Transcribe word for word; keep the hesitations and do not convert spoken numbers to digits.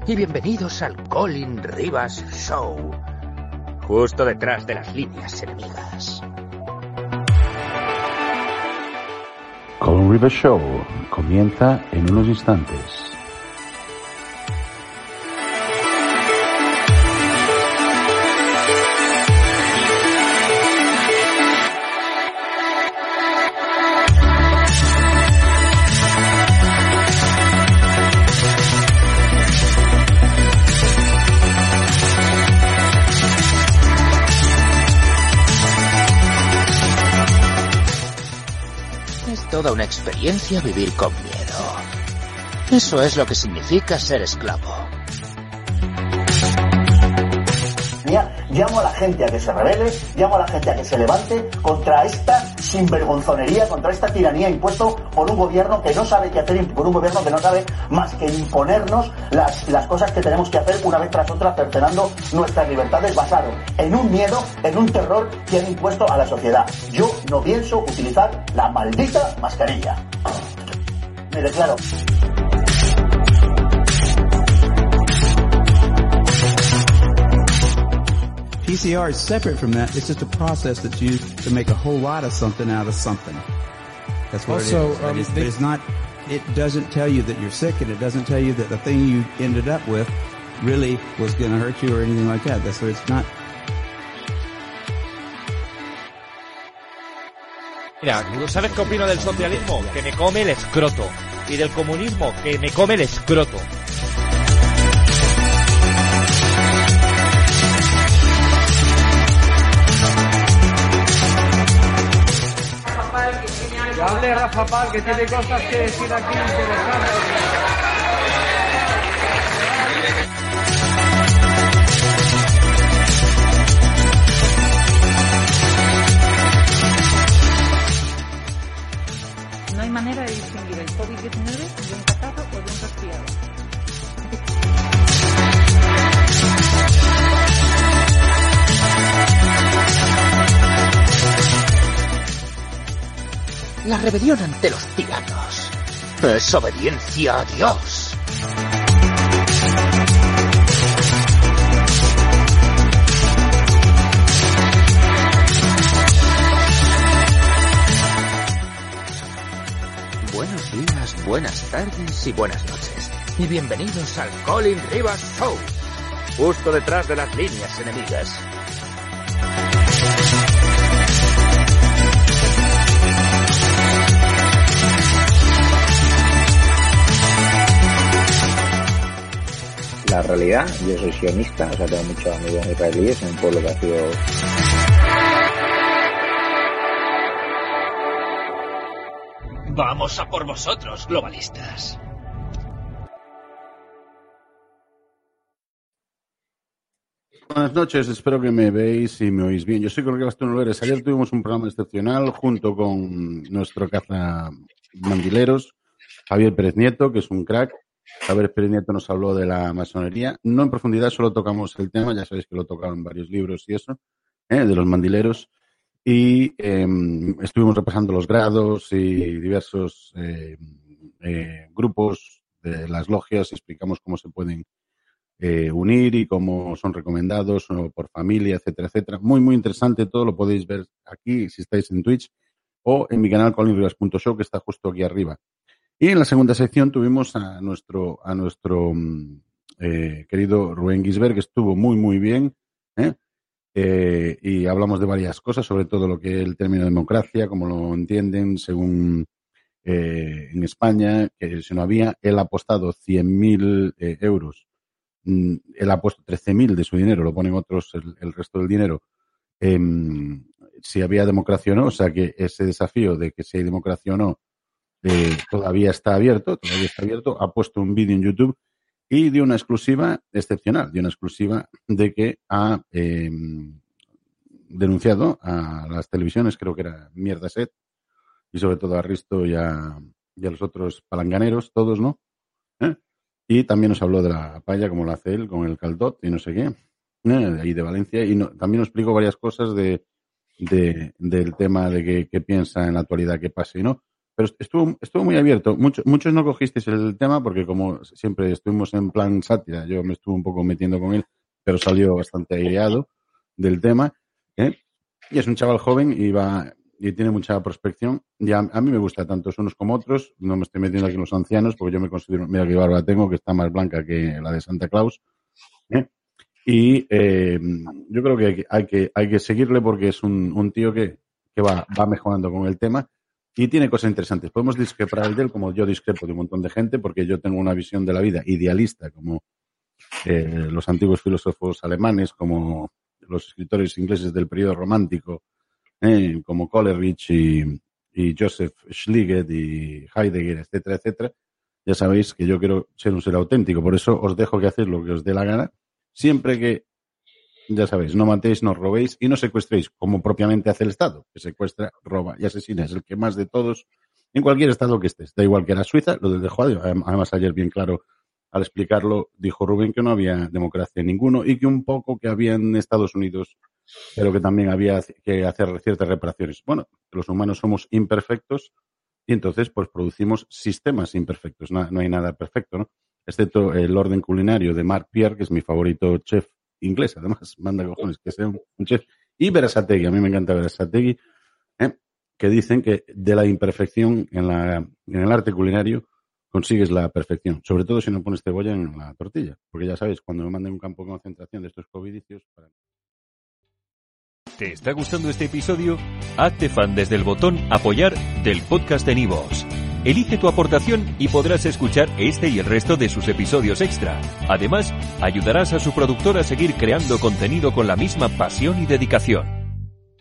y bienvenidos al Colin Rivas Show, justo detrás de las líneas enemigas. Colin Rivas Show comienza en unos instantes. Toda una experiencia vivir con miedo. Eso es lo que significa ser esclavo. Llamo a la gente a que se rebele, llamo a la gente a que se levante contra esta sinvergonzonería, contra esta tiranía impuesto por un gobierno que no sabe qué hacer, por un gobierno que no sabe más que imponernos las, las cosas que tenemos que hacer una vez tras otra, cercenando nuestras libertades basado en un miedo, en un terror que han impuesto a la sociedad. Yo no pienso utilizar la maldita mascarilla. Me declaro. P C R is separate from that. It's just a process that's used to make a whole lot of something out of something. That's what also, it is. Um, it's, they, it's not, it doesn't tell you that you're sick, and it doesn't tell you that the thing you ended up with really was going to hurt you or anything like that. That's what it's not. Mira, ¿sabes qué opino del socialismo? Que me come el escroto. Y del comunismo, que me come el escroto. Que hable Rafa Pal, que tiene cosas que decir aquí interesantes. No hay manera de distinguir el COVID diecinueve de un catarro o de un resfriado. La rebelión ante los tiranos es obediencia a Dios. Buenos días, buenas tardes y buenas noches. Y bienvenidos al Colin Rivas Show, justo detrás de las líneas enemigas. La realidad, yo soy sionista, o sea, tengo muchos amigos israelíes en un pueblo que ha sido... Vamos a por vosotros, globalistas. Buenas noches, espero que me veis y me oís bien. Yo soy Jorge Gastón Olveres. Ayer tuvimos un programa excepcional junto con nuestro caza mandileros, Javier Pérez Nieto, que es un crack. Javier Pérez Nieto nos habló de la masonería, no en profundidad, solo tocamos el tema, ya sabéis que lo tocaron en varios libros y eso, ¿eh? De los mandileros, y eh, estuvimos repasando los grados y diversos eh, eh, grupos de las logias, y explicamos cómo se pueden eh, unir y cómo son recomendados o por familia, etcétera, etcétera. Muy, muy interesante, todo lo podéis ver aquí si estáis en Twitch o en mi canal colin rivas punto show, que está justo aquí arriba. Y en la segunda sección tuvimos a nuestro a nuestro eh, querido Rubén Gisbert, que estuvo muy, muy bien, ¿eh? Eh, y hablamos de varias cosas, sobre todo lo que es el término democracia, cómo lo entienden según eh, en España, que si no había, él ha apostado cien mil eh, euros, mm, él ha puesto trece mil de su dinero, lo ponen otros el, el resto del dinero, eh, si había democracia o no, o sea que ese desafío de que si hay democracia o no, Eh, todavía está abierto, todavía está abierto, ha puesto un vídeo en YouTube y dio una exclusiva excepcional, dio una exclusiva de que ha eh, denunciado a las televisiones, creo que era Mierda Set, y sobre todo a Risto y a, y a los otros palanganeros, todos, ¿no? ¿Eh? Y también nos habló de la paella, como lo hace él, con el caldot y no sé qué, ¿eh? De ahí de Valencia, y no, también nos explicó varias cosas de, de del tema de que, que piensa en la actualidad que pase y no. pero estuvo, estuvo muy abierto. Mucho, muchos no cogisteis el tema porque como siempre estuvimos en plan sátira, yo me estuve un poco metiendo con él, pero salió bastante aireado del tema, ¿eh? Y es un chaval joven y va y tiene mucha prospección. Y a, a mí me gusta tanto unos como otros. No me estoy metiendo aquí en los ancianos porque yo me considero, mira qué barba tengo, que está más blanca que la de Santa Claus, ¿eh? Y eh, yo creo que hay, que hay que hay que seguirle porque es un, un tío que, que va, va mejorando con el tema y tiene cosas interesantes. Podemos discrepar de él como yo discrepo de un montón de gente porque yo tengo una visión de la vida idealista como eh, los antiguos filósofos alemanes, como los escritores ingleses del periodo romántico, eh, como Coleridge y, y Joseph Schliget y Heidegger, etcétera, etcétera. Ya sabéis que yo quiero ser un ser auténtico, por eso os dejo que hacéis lo que os dé la gana, siempre que, ya sabéis, no matéis, no robéis y no secuestréis, como propiamente hace el Estado, que secuestra, roba y asesina. Es el que más de todos, en cualquier estado que estés. Da igual que era Suiza, lo dejó, además ayer bien claro, al explicarlo, dijo Rubén que no había democracia en ninguno y que un poco que había en Estados Unidos, pero que también había que hacer ciertas reparaciones. Bueno, los humanos somos imperfectos y entonces pues producimos sistemas imperfectos. No, no hay nada perfecto, ¿no? Excepto el orden culinario de Mark Pierre, que es mi favorito chef inglés, además, manda cojones que sea un, un chef. Y Berasategui, a mí me encanta Berasategui, ¿eh? Que dicen que de la imperfección en, la, en el arte culinario consigues la perfección, sobre todo si no pones cebolla en la tortilla, porque ya sabéis, cuando me manden un campo de concentración de estos covidicios... Para... ¿Te está gustando este episodio? Hazte fan desde el botón Apoyar del podcast de Nivos. Elige tu aportación y podrás escuchar este y el resto de sus episodios extra. Además, ayudarás a su productor a seguir creando contenido con la misma pasión y dedicación.